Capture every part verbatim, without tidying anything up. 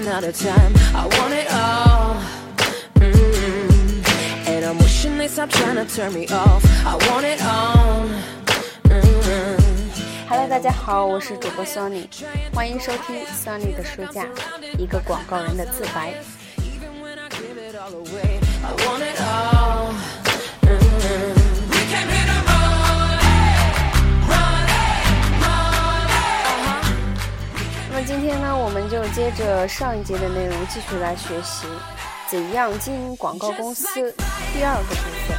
running out of time. I want it all. Mm-hmm. And I'm wishing they stop trying to turn me off. I want it all. Hello， 大家好，我是主播 Sony， 欢迎收听 Sony 的书架，一个广告人的自白。那么今天呢，我们就接着上一节的内容继续来学习怎样经营广告公司第二个部分。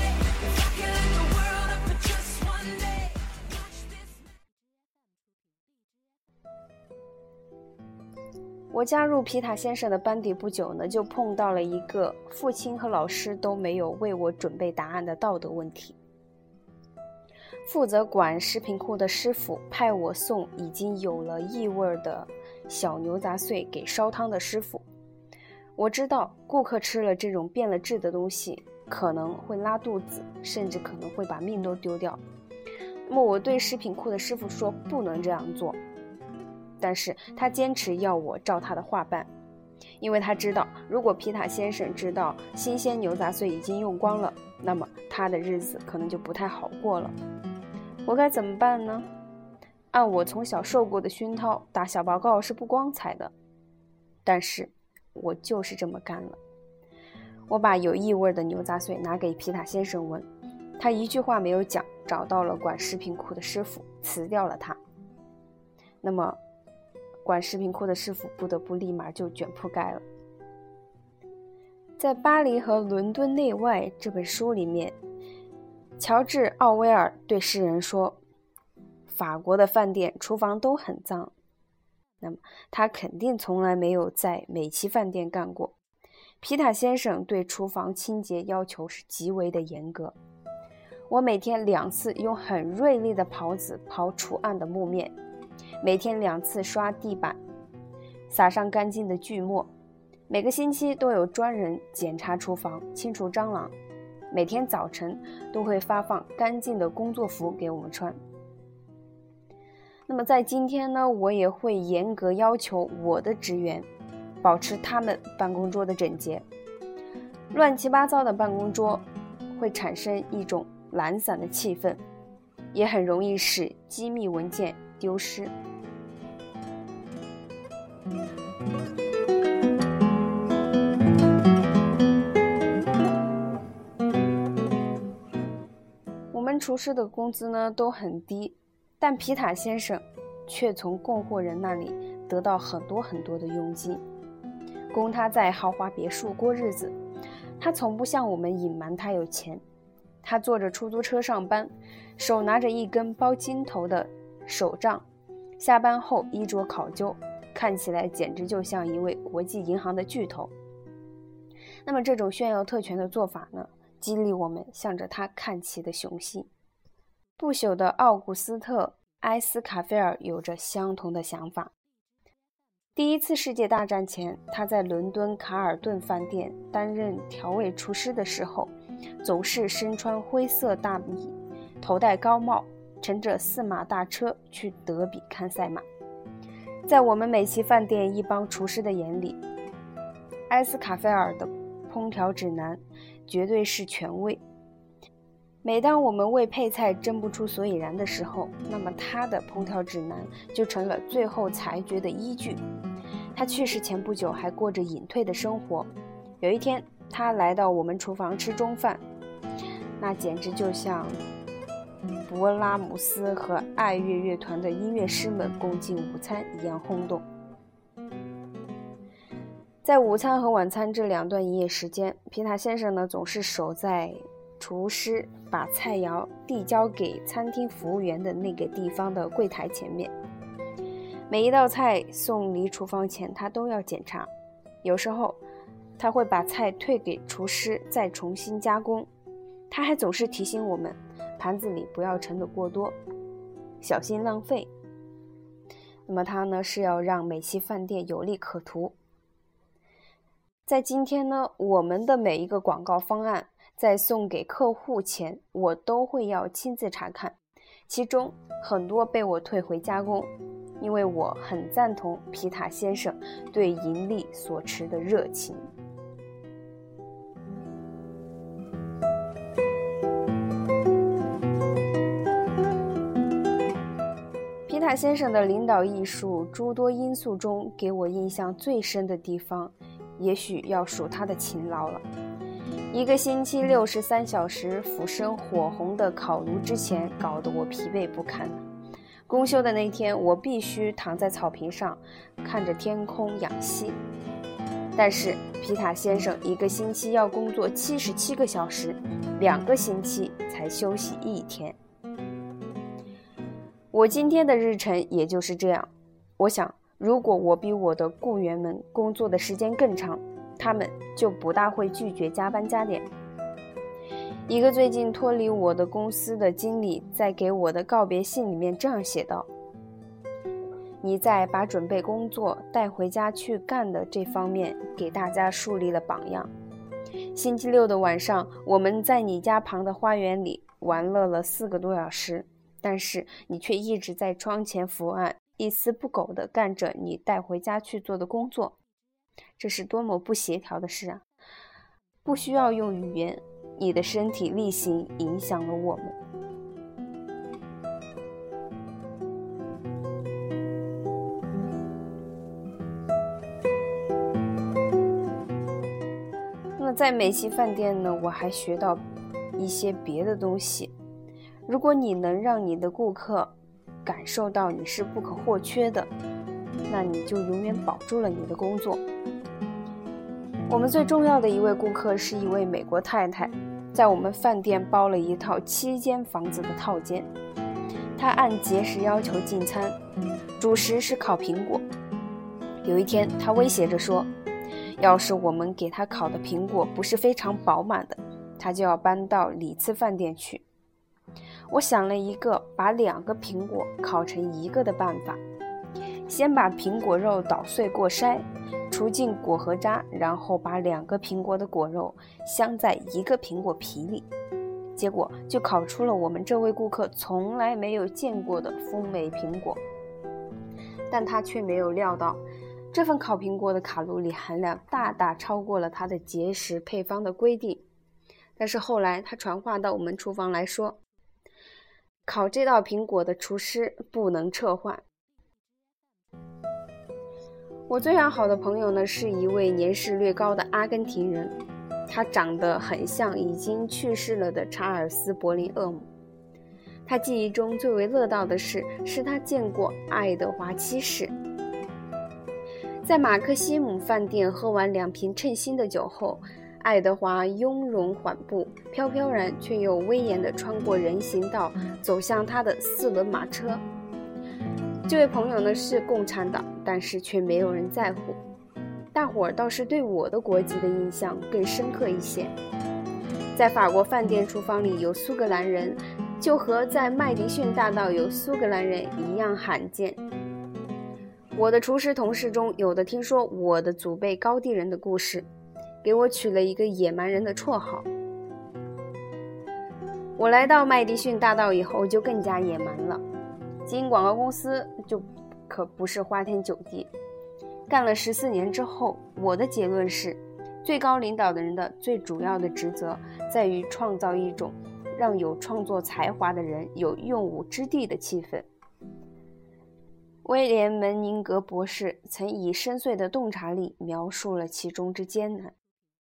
我加入皮塔先生的班底不久呢，就碰到了一个父亲和老师都没有为我准备答案的道德问题。负责管食品库的师傅派我送已经有了异味的小牛杂碎给烧汤的师傅。我知道顾客吃了这种变了质的东西可能会拉肚子，甚至可能会把命都丢掉。那么我对食品库的师傅说不能这样做，但是他坚持要我照他的话办，因为他知道如果皮塔先生知道新鲜牛杂碎已经用光了，那么他的日子可能就不太好过了。我该怎么办呢？按我从小受过的熏陶，打小报告是不光彩的，但是我就是这么干了。我把有异味的牛杂碎拿给皮塔先生闻，他一句话没有讲，找到了管食品库的师傅，辞掉了他。那么管食品库的师傅不得不立马就卷铺盖了。在《巴黎和伦敦内外》这本书里面，乔治·奥威尔对世人说，法国的饭店厨房都很脏。那么他肯定从来没有在美琪饭店干过。皮塔先生对厨房清洁要求是极为的严格。我每天两次用很锐利的刨子刨除暗的木面，每天两次刷地板，撒上干净的锯末。每个星期都有专人检查厨房，清除蟑螂。每天早晨都会发放干净的工作服给我们穿。那么在今天呢，我也会严格要求我的职员保持他们办公桌的整洁。乱七八糟的办公桌会产生一种懒散的气氛，也很容易使机密文件丢失。我们厨师的工资呢都很低，但皮塔先生却从供货人那里得到很多很多的佣金，供他在豪华别墅过日子。他从不向我们隐瞒他有钱。他坐着出租车上班，手拿着一根包金头的手杖，下班后衣着考究，看起来简直就像一位国际银行的巨头。那么这种炫耀特权的做法呢，激励我们向着他看齐的雄心。不朽的奥古斯特·埃斯卡菲尔有着相同的想法。第一次世界大战前，他在伦敦卡尔顿饭店担任调味厨师的时候，总是身穿灰色大衣，头戴高帽，乘着四马大车去德比看赛马。在我们美琪饭店一帮厨师的眼里，埃斯卡菲尔的烹调指南绝对是权威。每当我们为配菜争不出所以然的时候，那么他的烹调指南就成了最后裁决的依据。他去世前不久还过着隐退的生活。有一天他来到我们厨房吃中饭，那简直就像勃拉姆斯和爱乐乐团的音乐师们共进午餐一样轰动。在午餐和晚餐这两段营业时间，皮塔先生呢总是守在厨师把菜肴递交给餐厅服务员的那个地方的柜台前面。每一道菜送离厨房前，他都要检查。有时候他会把菜退给厨师再重新加工。他还总是提醒我们，盘子里不要盛得过多，小心浪费。那么他呢是要让美琪饭店有利可图。在今天呢，我们的每一个广告方案在送给客户前，我都会要亲自查看，其中很多被我退回加工， 因为我很赞同皮塔先生对盈利所持的热情。皮塔先生的领导艺术诸多因素中，给我印象最深的地方，也许要数他的勤劳了。一个星期六十三小时俯身火红的烤炉之前，搞得我疲惫不堪。公休的那天，我必须躺在草坪上，看着天空养息。但是皮塔先生一个星期要工作七十七个小时，两个星期才休息一天。我今天的日程也就是这样。我想，如果我比我的雇员们工作的时间更长，他们就不大会拒绝加班加点。一个最近脱离我的公司的经理在给我的告别信里面这样写道：你在把准备工作带回家去干的这方面给大家树立了榜样。星期六的晚上，我们在你家旁的花园里玩乐了四个多小时，但是你却一直在窗前伏案，一丝不苟地干着你带回家去做的工作。这是多么不协调的事啊！不需要用语言，你的身体力行影响了我们。那么在美琪饭店呢，我还学到一些别的东西。如果你能让你的顾客感受到你是不可或缺的，那你就永远保住了你的工作。我们最重要的一位顾客是一位美国太太，在我们饭店包了一套七间房子的套间。她按节食要求进餐，主食是烤苹果。有一天，她威胁着说，要是我们给她烤的苹果不是非常饱满的，她就要搬到里茨饭店去。我想了一个把两个苹果烤成一个的办法。先把苹果肉捣碎过筛，除尽果核渣，然后把两个苹果的果肉镶在一个苹果皮里，结果就烤出了我们这位顾客从来没有见过的风味苹果。但他却没有料到，这份烤苹果的卡路里含量大大超过了他的节食配方的规定。但是后来他传话到我们厨房来说，烤这道苹果的厨师不能撤换。我最要好的朋友呢，是一位年事略高的阿根廷人，他长得很像已经去世了的查尔斯·柏林厄姆。他记忆中最为乐道的事，是他见过爱德华七世。在马克西姆饭店喝完两瓶称心的酒后，爱德华雍容缓步，飘飘然却又威严地穿过人行道，走向他的四轮马车。这位朋友呢是共产党，但是却没有人在乎。大伙儿倒是对我的国籍的印象更深刻一些。在法国饭店厨房里有苏格兰人，就和在麦迪逊大道有苏格兰人一样罕见。我的厨师同事中有的听说我的祖辈高地人的故事，给我取了一个野蛮人的绰号。我来到麦迪逊大道以后就更加野蛮了。经营广告公司就可不是花天酒地。干了十四年之后，我的结论是，最高领导的人的最主要的职责在于创造一种让有创作才华的人有用武之地的气氛。威廉·门宁格博士曾以深邃的洞察力描述了其中之艰难。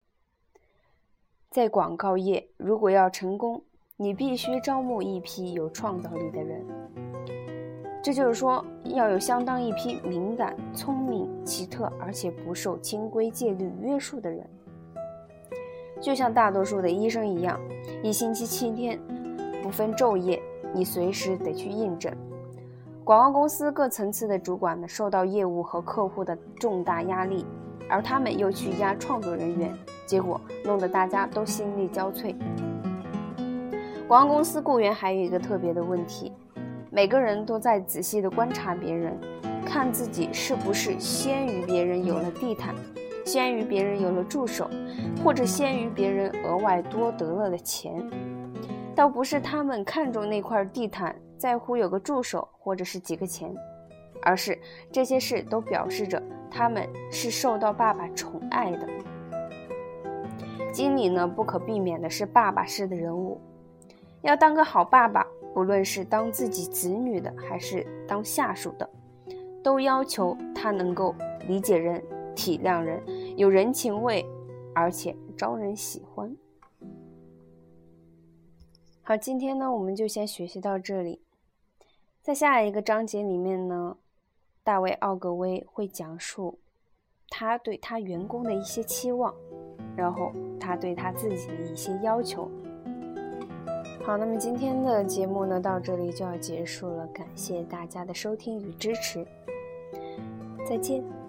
在广告业，如果要成功，你必须招募一批有创造力的人。这就是说，要有相当一批敏感、聪明、奇特而且不受清规戒律约束的人。就像大多数的医生一样，一星期七天，不分昼夜，你随时得去应诊。广告公司各层次的主管呢，受到业务和客户的重大压力，而他们又去压创作人员，结果弄得大家都心力交瘁。广告公司雇员还有一个特别的问题，每个人都在仔细地观察别人，看自己是不是先于别人有了地毯，先于别人有了助手，或者先于别人额外多得了的钱。倒不是他们看中那块地毯，在乎有个助手或者是几个钱。 而是这些事都表示着他们是受到爸爸宠爱的。经理呢，不可避免的是爸爸式的人物，要当个好爸爸，不论是当自己子女的还是当下属的，都要求他能够理解人、体谅人，有人情味，而且招人喜欢。好，今天呢，我们就先学习到这里。在下一个章节里面呢，大卫·奥格威会讲述他对他员工的一些期望，然后他对他自己的一些要求。好，那么今天的节目呢，到这里就要结束了，感谢大家的收听与支持，再见。